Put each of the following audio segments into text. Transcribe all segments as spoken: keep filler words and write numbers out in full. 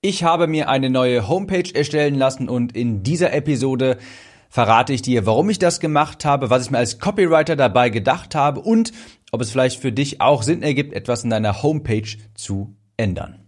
Ich habe mir eine neue Homepage erstellen lassen und in dieser Episode verrate ich dir, warum ich das gemacht habe, was ich mir als Copywriter dabei gedacht habe und ob es vielleicht für dich auch Sinn ergibt, etwas in deiner Homepage zu ändern.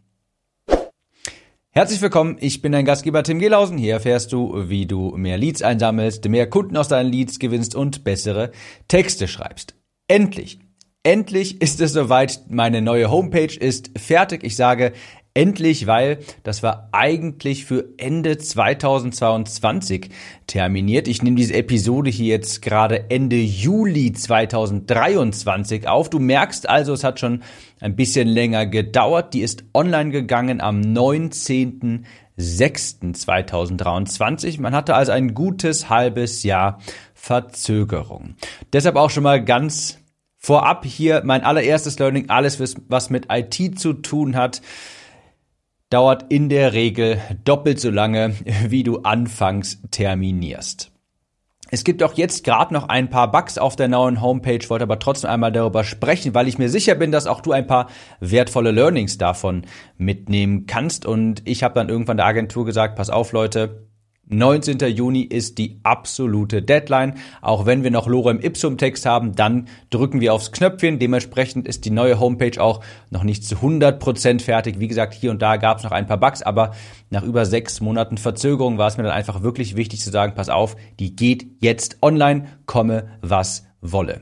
Herzlich willkommen, ich bin dein Gastgeber Tim Gehlhausen. Hier erfährst du, wie du mehr Leads einsammelst, mehr Kunden aus deinen Leads gewinnst und bessere Texte schreibst. Endlich, endlich ist es soweit, meine neue Homepage ist fertig. Ich sage endlich, weil das war eigentlich für Ende zweitausendzweiundzwanzig terminiert. Ich nehme diese Episode hier jetzt gerade Ende Juli zweitausenddreiundzwanzig auf. Du merkst also, es hat schon ein bisschen länger gedauert. Die ist online gegangen am neunzehnten sechsten zweitausenddreiundzwanzig. Man hatte also ein gutes halbes Jahr Verzögerung. Deshalb auch schon mal ganz vorab hier mein allererstes Learning. Alles, was mit I T zu tun hat, dauert in der Regel doppelt so lange, wie du anfangs terminierst. Es gibt auch jetzt gerade noch ein paar Bugs auf der neuen Homepage, wollte aber trotzdem einmal darüber sprechen, weil ich mir sicher bin, dass auch du ein paar wertvolle Learnings davon mitnehmen kannst. Und ich habe dann irgendwann der Agentur gesagt, pass auf Leute, neunzehnten Juni ist die absolute Deadline. Auch wenn wir noch Lorem Ipsum Text haben, dann drücken wir aufs Knöpfchen. Dementsprechend ist die neue Homepage auch noch nicht zu hundert Prozent fertig. Wie gesagt, hier und da gab es noch ein paar Bugs, aber nach über sechs Monaten Verzögerung war es mir dann einfach wirklich wichtig zu sagen, pass auf, die geht jetzt online, komme was wolle.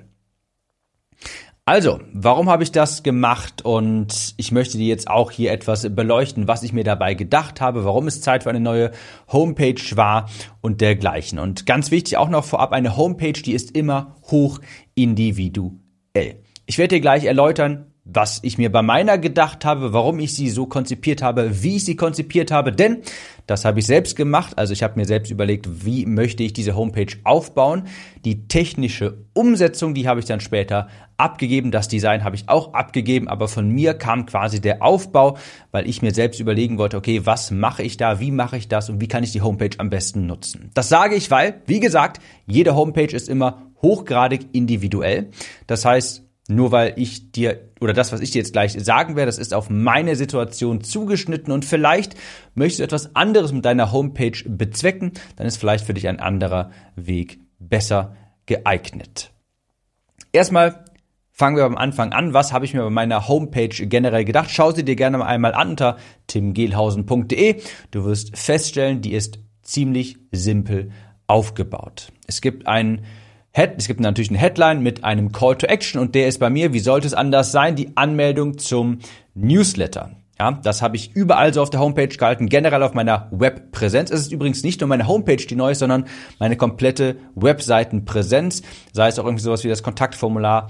Also, warum habe ich das gemacht? Und ich möchte dir jetzt auch hier etwas beleuchten, was ich mir dabei gedacht habe, warum es Zeit für eine neue Homepage war und dergleichen. Und ganz wichtig auch noch vorab, eine Homepage, die ist immer hoch individuell. Ich werde dir gleich erläutern, was ich mir bei meiner gedacht habe, warum ich sie so konzipiert habe, wie ich sie konzipiert habe, denn das habe ich selbst gemacht, also ich habe mir selbst überlegt, wie möchte ich diese Homepage aufbauen. Die technische Umsetzung, die habe ich dann später abgegeben, das Design habe ich auch abgegeben, aber von mir kam quasi der Aufbau, weil ich mir selbst überlegen wollte, okay, was mache ich da, wie mache ich das und wie kann ich die Homepage am besten nutzen. Das sage ich, weil, wie gesagt, jede Homepage ist immer hochgradig individuell, das heißt, nur weil ich dir, oder das, was ich dir jetzt gleich sagen werde, das ist auf meine Situation zugeschnitten und vielleicht möchtest du etwas anderes mit deiner Homepage bezwecken, dann ist vielleicht für dich ein anderer Weg besser geeignet. Erstmal fangen wir am Anfang an. Was habe ich mir bei meiner Homepage generell gedacht? Schau sie dir gerne einmal an unter tim gehlhausen punkt de. Du wirst feststellen, die ist ziemlich simpel aufgebaut. Es gibt einen Head, es gibt natürlich eine Headline mit einem Call to Action und der ist bei mir, wie sollte es anders sein, die Anmeldung zum Newsletter. Ja, das habe ich überall so auf der Homepage gehalten, generell auf meiner Webpräsenz. Es ist übrigens nicht nur meine Homepage, die neu ist, sondern meine komplette Webseitenpräsenz, sei es auch irgendwie sowas wie das Kontaktformular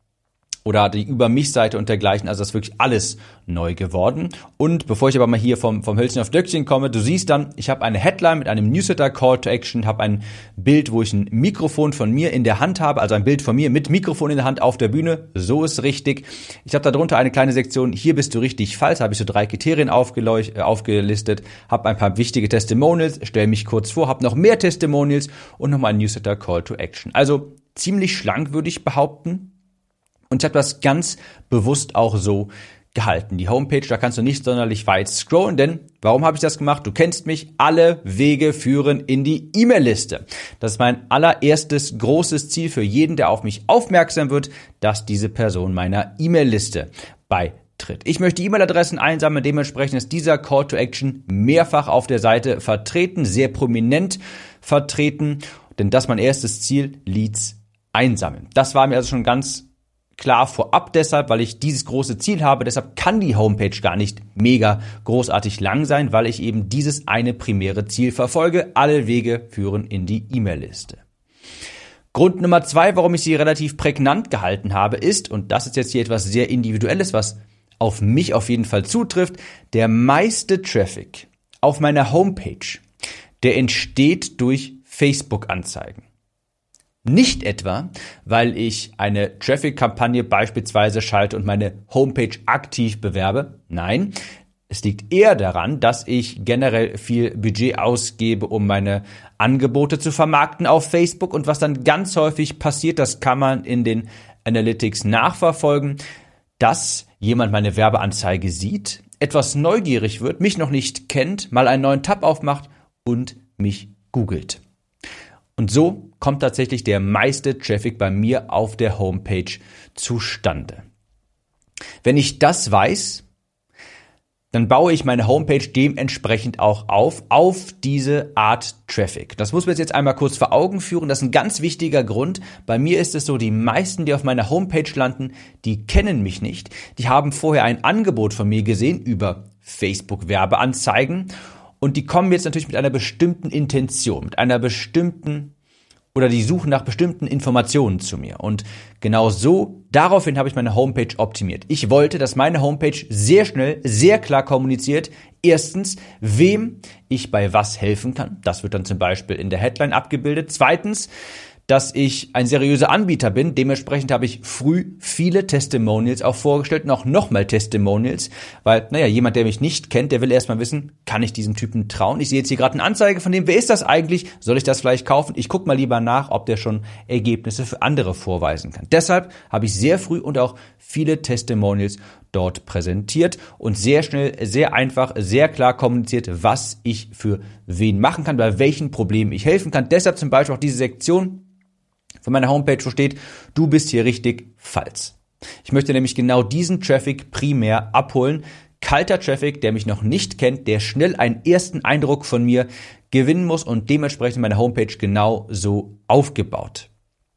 oder die Über-mich-Seite und dergleichen, also das ist wirklich alles neu geworden. Und bevor ich aber mal hier vom, vom Hölzchen auf Stöckchen komme, du siehst dann, ich habe eine Headline mit einem Newsletter-Call-to-Action, habe ein Bild, wo ich ein Mikrofon von mir in der Hand habe, also ein Bild von mir mit Mikrofon in der Hand auf der Bühne, so ist richtig. Ich habe darunter eine kleine Sektion, hier bist du richtig falsch, habe ich so drei Kriterien aufgeleuch- äh, aufgelistet, habe ein paar wichtige Testimonials, stelle mich kurz vor, habe noch mehr Testimonials und nochmal ein Newsletter-Call-to-Action. Also ziemlich schlank, würde ich behaupten. Und ich habe das ganz bewusst auch so gehalten. Die Homepage, da kannst du nicht sonderlich weit scrollen, denn warum habe ich das gemacht? Du kennst mich, alle Wege führen in die E-Mail-Liste. Das ist mein allererstes großes Ziel für jeden, der auf mich aufmerksam wird, dass diese Person meiner E-Mail-Liste beitritt. Ich möchte E-Mail-Adressen einsammeln, dementsprechend ist dieser Call to Action mehrfach auf der Seite vertreten, sehr prominent vertreten, denn das ist mein erstes Ziel, Leads einsammeln. Das war mir also schon ganz klar vorab deshalb, weil ich dieses große Ziel habe, deshalb kann die Homepage gar nicht mega großartig lang sein, weil ich eben dieses eine primäre Ziel verfolge. Alle Wege führen in die E-Mail-Liste. Grund Nummer zwei, warum ich sie relativ prägnant gehalten habe, ist, und das ist jetzt hier etwas sehr Individuelles, was auf mich auf jeden Fall zutrifft, der meiste Traffic auf meiner Homepage, der entsteht durch Facebook-Anzeigen. Nicht etwa, weil ich eine Traffic-Kampagne beispielsweise schalte und meine Homepage aktiv bewerbe. Nein, es liegt eher daran, dass ich generell viel Budget ausgebe, um meine Angebote zu vermarkten auf Facebook. Und was dann ganz häufig passiert, das kann man in den Analytics nachverfolgen, dass jemand meine Werbeanzeige sieht, etwas neugierig wird, mich noch nicht kennt, mal einen neuen Tab aufmacht und mich googelt. Und so kommt tatsächlich der meiste Traffic bei mir auf der Homepage zustande. Wenn ich das weiß, dann baue ich meine Homepage dementsprechend auch auf, auf diese Art Traffic. Das muss man jetzt einmal kurz vor Augen führen. Das ist ein ganz wichtiger Grund. Bei mir ist es so, die meisten, die auf meiner Homepage landen, die kennen mich nicht. Die haben vorher ein Angebot von mir gesehen über Facebook-Werbeanzeigen und die kommen jetzt natürlich mit einer bestimmten Intention, mit einer bestimmten oder die suchen nach bestimmten Informationen zu mir. Und genau so, daraufhin habe ich meine Homepage optimiert. Ich wollte, dass meine Homepage sehr schnell, sehr klar kommuniziert, erstens, wem ich bei was helfen kann. Das wird dann zum Beispiel in der Headline abgebildet. Zweitens, dass ich ein seriöser Anbieter bin. Dementsprechend habe ich früh viele Testimonials auch vorgestellt und auch nochmal Testimonials, weil, naja, jemand, der mich nicht kennt, der will erstmal wissen, kann ich diesem Typen trauen? Ich sehe jetzt hier gerade eine Anzeige von dem, wer ist das eigentlich? Soll ich das vielleicht kaufen? Ich gucke mal lieber nach, ob der schon Ergebnisse für andere vorweisen kann. Deshalb habe ich sehr früh und auch viele Testimonials dort präsentiert und sehr schnell, sehr einfach, sehr klar kommuniziert, was ich für wen machen kann, bei welchen Problemen ich helfen kann. Deshalb zum Beispiel auch diese Sektion von meiner Homepage, wo steht, du bist hier richtig falsch. Ich möchte nämlich genau diesen Traffic primär abholen. Kalter Traffic, der mich noch nicht kennt, der schnell einen ersten Eindruck von mir gewinnen muss und dementsprechend meine Homepage genau so aufgebaut.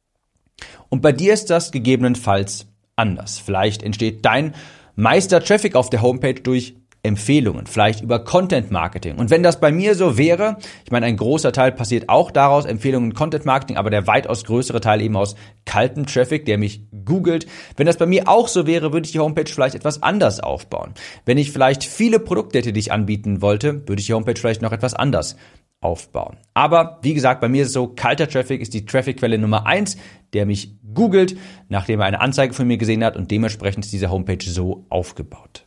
Und bei dir ist das gegebenenfalls anders. Vielleicht entsteht dein Meister-Traffic auf der Homepage durch Empfehlungen, vielleicht über Content Marketing. Und wenn das bei mir so wäre, ich meine, ein großer Teil passiert auch daraus, Empfehlungen, Content Marketing, aber der weitaus größere Teil eben aus kaltem Traffic, der mich googelt. Wenn das bei mir auch so wäre, würde ich die Homepage vielleicht etwas anders aufbauen. Wenn ich vielleicht viele Produkte hätte, die ich anbieten wollte, würde ich die Homepage vielleicht noch etwas anders aufbauen. Aber wie gesagt, bei mir ist es so, kalter Traffic ist die Traffic-Quelle Nummer eins, der mich googelt, nachdem er eine Anzeige von mir gesehen hat und dementsprechend ist diese Homepage so aufgebaut.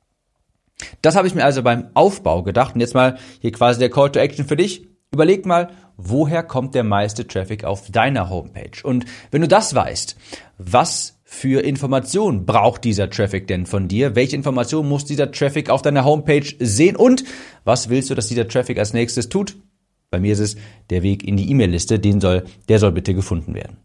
Das habe ich mir also beim Aufbau gedacht und jetzt mal hier quasi der Call to Action für dich. Überleg mal, woher kommt der meiste Traffic auf deiner Homepage? Und wenn du das weißt, was für Informationen braucht dieser Traffic denn von dir? Welche Informationen muss dieser Traffic auf deiner Homepage sehen? Und was willst du, dass dieser Traffic als nächstes tut? Bei mir ist es der Weg in die E-Mail-Liste, den soll, der soll bitte gefunden werden.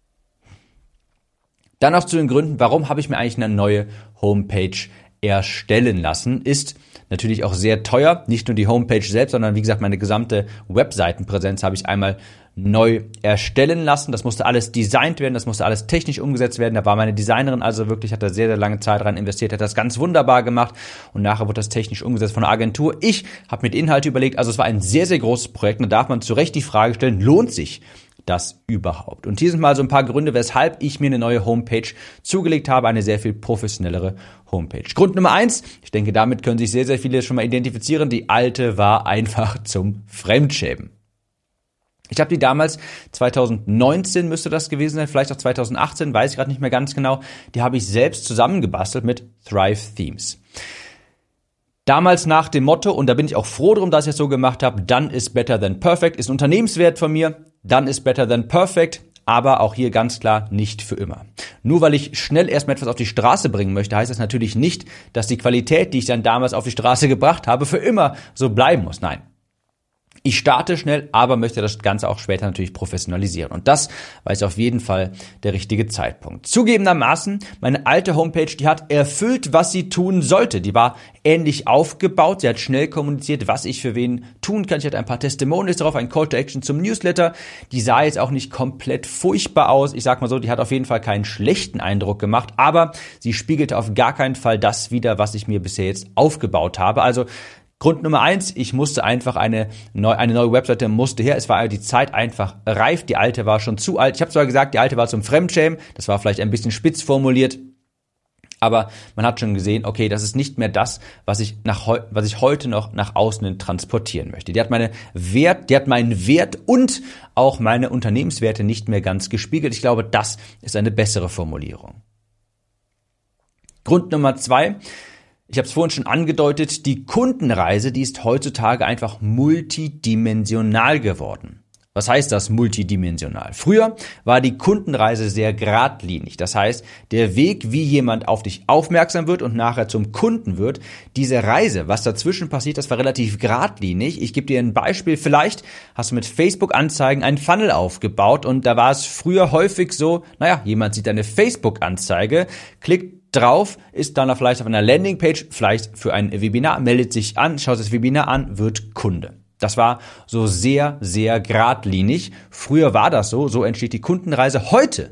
Dann noch zu den Gründen, warum habe ich mir eigentlich eine neue Homepage erstellen lassen, ist natürlich auch sehr teuer. Nicht nur die Homepage selbst, sondern wie gesagt, meine gesamte Webseitenpräsenz habe ich einmal neu erstellen lassen. Das musste alles designt werden, das musste alles technisch umgesetzt werden. Da war meine Designerin also wirklich, hat da sehr, sehr lange Zeit rein investiert, hat das ganz wunderbar gemacht und nachher wurde das technisch umgesetzt von einer Agentur. Ich habe mit Inhalte überlegt, also es war ein sehr, sehr großes Projekt und da darf man zu Recht die Frage stellen, lohnt sich das überhaupt? Und hier sind mal so ein paar Gründe, weshalb ich mir eine neue Homepage zugelegt habe, eine sehr viel professionellere Homepage. Grund Nummer eins, ich denke, damit können sich sehr, sehr viele schon mal identifizieren, die alte war einfach zum Fremdschämen. Ich habe die damals, zwanzig neunzehn müsste das gewesen sein, vielleicht auch zwanzig achtzehn, weiß ich gerade nicht mehr ganz genau, die habe ich selbst zusammengebastelt mit Thrive Themes. Damals nach dem Motto, und da bin ich auch froh drum, dass ich das so gemacht habe, done is better than perfect, ist ein Unternehmenswert von mir, done is better than perfect, aber auch hier ganz klar nicht für immer. Nur weil ich schnell erstmal etwas auf die Straße bringen möchte, heißt das natürlich nicht, dass die Qualität, die ich dann damals auf die Straße gebracht habe, für immer so bleiben muss. Nein. Ich starte schnell, aber möchte das Ganze auch später natürlich professionalisieren. Und das war jetzt auf jeden Fall der richtige Zeitpunkt. Zugegebenermaßen, meine alte Homepage, die hat erfüllt, was sie tun sollte. Die war ähnlich aufgebaut. Sie hat schnell kommuniziert, was ich für wen tun kann. Ich hatte ein paar Testimonials drauf, ein Call to Action zum Newsletter. Die sah jetzt auch nicht komplett furchtbar aus. Ich sag mal so, die hat auf jeden Fall keinen schlechten Eindruck gemacht, aber sie spiegelte auf gar keinen Fall das wider, was ich mir bisher jetzt aufgebaut habe. Also Grund Nummer eins, ich musste einfach eine neue, eine neue Webseite musste her. Es war die Zeit einfach reif. Die alte war schon zu alt. Ich habe zwar gesagt, die alte war zum Fremdschämen. Das war vielleicht ein bisschen spitz formuliert. Aber man hat schon gesehen, okay, das ist nicht mehr das, was ich nach heu- was ich heute noch nach außen hin transportieren möchte. Die hat meine Wert, die hat meinen Wert und auch meine Unternehmenswerte nicht mehr ganz gespiegelt. Ich glaube, das ist eine bessere Formulierung. Grund Nummer zwei. Ich habe es vorhin schon angedeutet, die Kundenreise, die ist heutzutage einfach multidimensional geworden. Was heißt das multidimensional? Früher war die Kundenreise sehr geradlinig. Das heißt, der Weg, wie jemand auf dich aufmerksam wird und nachher zum Kunden wird, diese Reise, was dazwischen passiert, das war relativ geradlinig. Ich gebe dir ein Beispiel. Vielleicht hast du mit Facebook-Anzeigen einen Funnel aufgebaut und da war es früher häufig so, naja, jemand sieht deine Facebook-Anzeige, klickt drauf, ist dann vielleicht auf einer Landingpage, vielleicht für ein Webinar, meldet sich an, schaut das Webinar an, wird Kunde. Das war so sehr, sehr geradlinig. Früher war das so, so entsteht die Kundenreise. Heute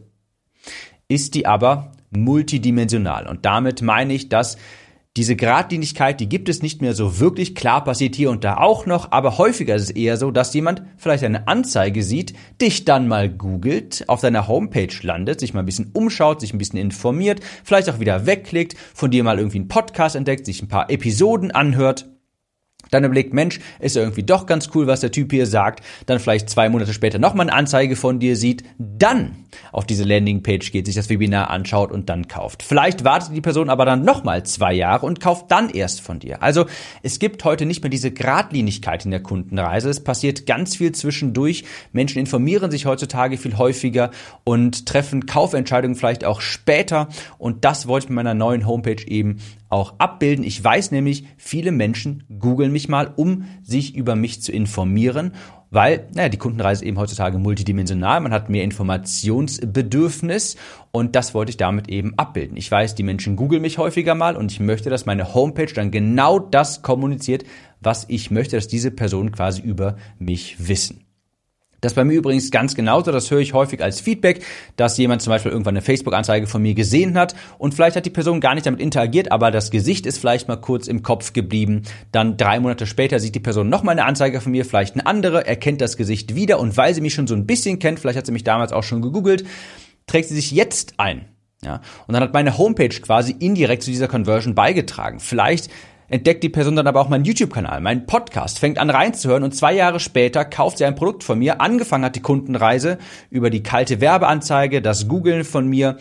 ist die aber multidimensional. Und damit meine ich, dass diese Geradlinigkeit, die gibt es nicht mehr so wirklich. Klar passiert hier und da auch noch, aber häufiger ist es eher so, dass jemand vielleicht eine Anzeige sieht, dich dann mal googelt, auf deiner Homepage landet, sich mal ein bisschen umschaut, sich ein bisschen informiert, vielleicht auch wieder wegklickt, von dir mal irgendwie einen Podcast entdeckt, sich ein paar Episoden anhört. Dann überlegt, Mensch, ist ja irgendwie doch ganz cool, was der Typ hier sagt. Dann vielleicht zwei Monate später nochmal eine Anzeige von dir sieht. Dann auf diese Landingpage geht, sich das Webinar anschaut und dann kauft. Vielleicht wartet die Person aber dann nochmal zwei Jahre und kauft dann erst von dir. Also es gibt heute nicht mehr diese Geradlinigkeit in der Kundenreise. Es passiert ganz viel zwischendurch. Menschen informieren sich heutzutage viel häufiger und treffen Kaufentscheidungen vielleicht auch später. Und das wollte ich mit meiner neuen Homepage eben auch abbilden. Ich weiß nämlich, viele Menschen googeln mich mal, um sich über mich zu informieren, weil naja, die Kundenreise ist eben heutzutage multidimensional, man hat mehr Informationsbedürfnis und das wollte ich damit eben abbilden. Ich weiß, die Menschen googeln mich häufiger mal und ich möchte, dass meine Homepage dann genau das kommuniziert, was ich möchte, dass diese Personen quasi über mich wissen. Das bei mir übrigens ganz genauso, das höre ich häufig als Feedback, dass jemand zum Beispiel irgendwann eine Facebook-Anzeige von mir gesehen hat und vielleicht hat die Person gar nicht damit interagiert, aber das Gesicht ist vielleicht mal kurz im Kopf geblieben. Dann drei Monate später sieht die Person nochmal eine Anzeige von mir, vielleicht eine andere, erkennt das Gesicht wieder und weil sie mich schon so ein bisschen kennt, vielleicht hat sie mich damals auch schon gegoogelt, trägt sie sich jetzt ein. Ja? Und dann hat meine Homepage quasi indirekt zu dieser Conversion beigetragen. Vielleicht entdeckt die Person dann aber auch meinen YouTube-Kanal, meinen Podcast, fängt an reinzuhören und zwei Jahre später kauft sie ein Produkt von mir. Angefangen hat die Kundenreise über die kalte Werbeanzeige, das Googlen von mir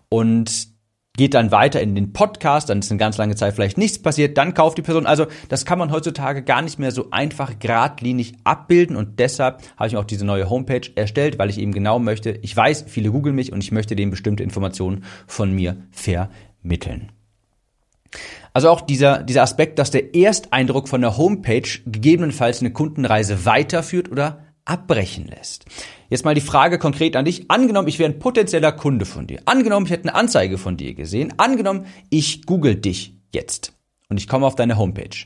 und geht dann weiter in den Podcast, dann ist eine ganz lange Zeit vielleicht nichts passiert, dann kauft die Person. Also das kann man heutzutage gar nicht mehr so einfach geradlinig abbilden und deshalb habe ich mir auch diese neue Homepage erstellt, weil ich eben genau möchte, ich weiß, viele googeln mich und ich möchte denen bestimmte Informationen von mir vermitteln. Also auch dieser, dieser Aspekt, dass der Ersteindruck von der Homepage gegebenenfalls eine Kundenreise weiterführt oder abbrechen lässt. Jetzt mal die Frage konkret an dich. Angenommen, ich wäre ein potenzieller Kunde von dir. Angenommen, ich hätte eine Anzeige von dir gesehen. Angenommen, ich google dich jetzt und ich komme auf deine Homepage.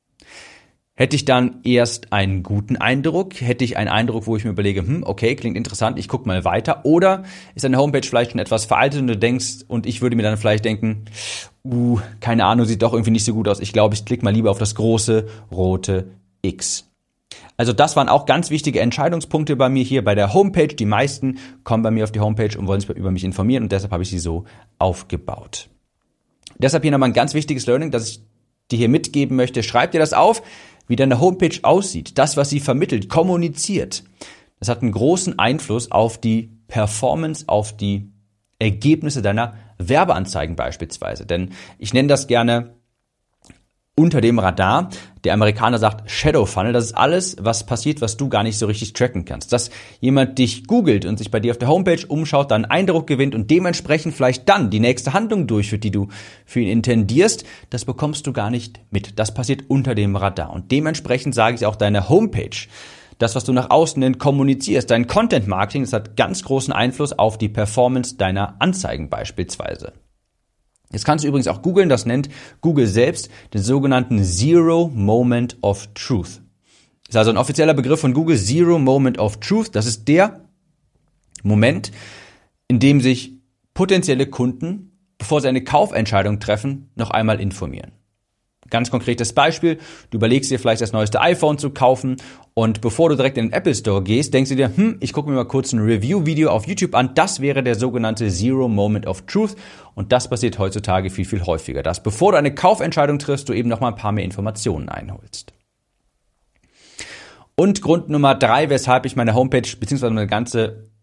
Hätte ich dann erst einen guten Eindruck? Hätte ich einen Eindruck, wo ich mir überlege, hm, okay, klingt interessant, ich gucke mal weiter? Oder ist deine Homepage vielleicht schon etwas veraltet und du denkst, und ich würde mir dann vielleicht denken, uh, keine Ahnung, sieht doch irgendwie nicht so gut aus. Ich glaube, ich klicke mal lieber auf das große rote X. Also das waren auch ganz wichtige Entscheidungspunkte bei mir hier bei der Homepage. Die meisten kommen bei mir auf die Homepage und wollen sich über mich informieren und deshalb habe ich sie so aufgebaut. Deshalb hier nochmal ein ganz wichtiges Learning, das ich dir hier mitgeben möchte. Schreib dir das auf, wie deine Homepage aussieht, das, was sie vermittelt, kommuniziert. Das hat einen großen Einfluss auf die Performance, auf die Ergebnisse deiner Werbeanzeigen beispielsweise. Denn ich nenne das gerne unter dem Radar. Der Amerikaner sagt Shadow Funnel. Das ist alles, was passiert, was du gar nicht so richtig tracken kannst. Dass jemand dich googelt und sich bei dir auf der Homepage umschaut, dann einen Eindruck gewinnt und dementsprechend vielleicht dann die nächste Handlung durchführt, die du für ihn intendierst, das bekommst du gar nicht mit. Das passiert unter dem Radar. Und dementsprechend sage ich auch deine Homepage, das, was du nach außen hin kommunizierst, dein Content Marketing, das hat ganz großen Einfluss auf die Performance deiner Anzeigen beispielsweise. Jetzt kannst du übrigens auch googeln, das nennt Google selbst den sogenannten Zero Moment of Truth. Das ist also ein offizieller Begriff von Google, Zero Moment of Truth. Das ist der Moment, in dem sich potenzielle Kunden, bevor sie eine Kaufentscheidung treffen, noch einmal informieren. Ganz konkretes Beispiel, du überlegst dir vielleicht das neueste iPhone zu kaufen und bevor du direkt in den Apple Store gehst, denkst du dir, hm, ich gucke mir mal kurz ein Review-Video auf YouTube an. Das wäre der sogenannte Zero Moment of Truth und das passiert heutzutage viel, viel häufiger, dass bevor du eine Kaufentscheidung triffst, du eben noch mal ein paar mehr Informationen einholst. Und Grund Nummer drei, weshalb ich meine Homepage bzw. meine ganze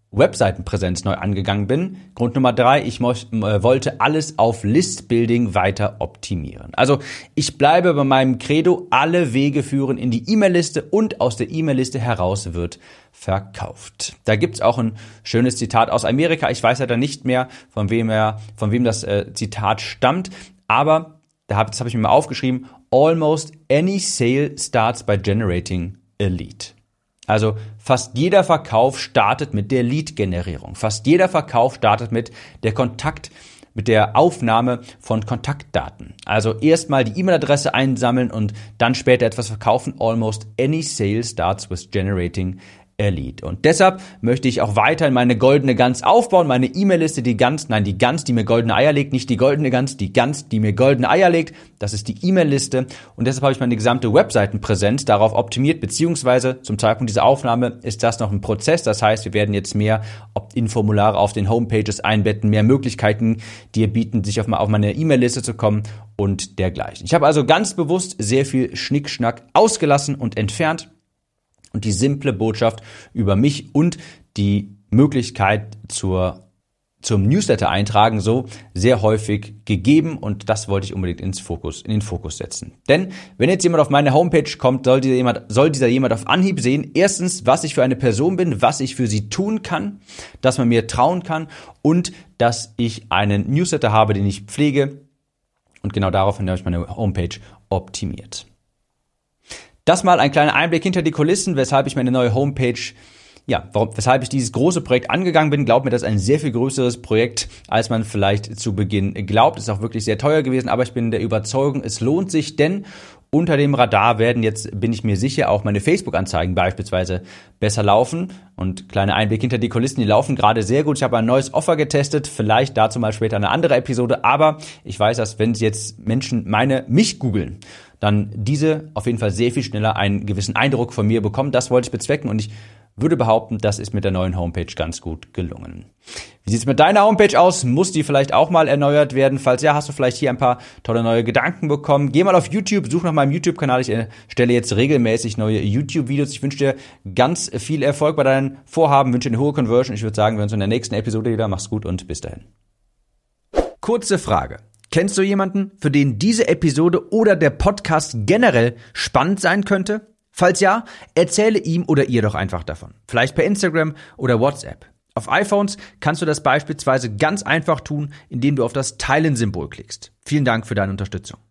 Webseitenpräsenz neu angegangen bin. Grund Nummer drei, ich mo- äh, wollte alles auf Listbuilding weiter optimieren. Also ich bleibe bei meinem Credo, alle Wege führen in die E-Mail-Liste und aus der E-Mail-Liste heraus wird verkauft. Da gibt's auch ein schönes Zitat aus Amerika. Ich weiß ja da nicht mehr, von wem er, von wem das äh, Zitat stammt, aber da hab, das habe ich mir mal aufgeschrieben. Almost any sale starts by generating a lead. Also fast jeder Verkauf startet mit der Lead-Generierung. Fast jeder Verkauf startet mit der Kontakt, mit der Aufnahme von Kontaktdaten. Also erstmal die E-Mail-Adresse einsammeln und dann später etwas verkaufen. Almost any sale starts with generating a lead. Und deshalb möchte ich auch weiterhin meine goldene Gans aufbauen, meine E-Mail-Liste, die Gans, nein, die Gans, die mir goldene Eier legt, nicht die goldene Gans, die Gans, die mir goldene Eier legt, das ist die E-Mail-Liste und deshalb habe ich meine gesamte Webseitenpräsenz darauf optimiert, beziehungsweise zum Zeitpunkt dieser Aufnahme ist das noch ein Prozess, das heißt, wir werden jetzt mehr Opt-in-Formulare auf den Homepages einbetten, mehr Möglichkeiten dir bieten, sich auf meine E-Mail-Liste zu kommen und dergleichen. Ich habe also ganz bewusst sehr viel Schnickschnack ausgelassen und entfernt, und die simple Botschaft über mich und die Möglichkeit zur, zum Newsletter eintragen so sehr häufig gegeben und das wollte ich unbedingt ins Fokus, in den Fokus setzen. Denn wenn jetzt jemand auf meine Homepage kommt, soll dieser jemand, soll dieser jemand auf Anhieb sehen, erstens, was ich für eine Person bin, was ich für sie tun kann, dass man mir trauen kann und dass ich einen Newsletter habe, den ich pflege und genau daraufhin habe ich meine Homepage optimiert. Das mal ein kleiner Einblick hinter die Kulissen, weshalb ich meine neue Homepage, ja, warum, weshalb ich dieses große Projekt angegangen bin. Glaubt mir, das ist ein sehr viel größeres Projekt, als man vielleicht zu Beginn glaubt. Ist auch wirklich sehr teuer gewesen, aber ich bin der Überzeugung, es lohnt sich, denn unter dem Radar werden jetzt, bin ich mir sicher, auch meine Facebook-Anzeigen beispielsweise besser laufen. Und kleiner Einblick hinter die Kulissen, die laufen gerade sehr gut. Ich habe ein neues Offer getestet, vielleicht dazu mal später eine andere Episode. Aber ich weiß, dass wenn jetzt Menschen meine, mich googeln, dann diese auf jeden Fall sehr viel schneller einen gewissen Eindruck von mir bekommen. Das wollte ich bezwecken und ich würde behaupten, das ist mit der neuen Homepage ganz gut gelungen. Wie sieht's mit deiner Homepage aus? Muss die vielleicht auch mal erneuert werden? Falls ja, hast du vielleicht hier ein paar tolle neue Gedanken bekommen? Geh mal auf YouTube, such nach meinem YouTube-Kanal. Ich stelle jetzt regelmäßig neue YouTube-Videos. Ich wünsche dir ganz viel Erfolg bei deinen Vorhaben, wünsche dir eine hohe Conversion. Ich würde sagen, wir sehen uns in der nächsten Episode wieder. Mach's gut und bis dahin. Kurze Frage. Kennst du jemanden, für den diese Episode oder der Podcast generell spannend sein könnte? Falls ja, erzähle ihm oder ihr doch einfach davon. Vielleicht per Instagram oder WhatsApp. Auf iPhones kannst du das beispielsweise ganz einfach tun, indem du auf das Teilen-Symbol klickst. Vielen Dank für deine Unterstützung.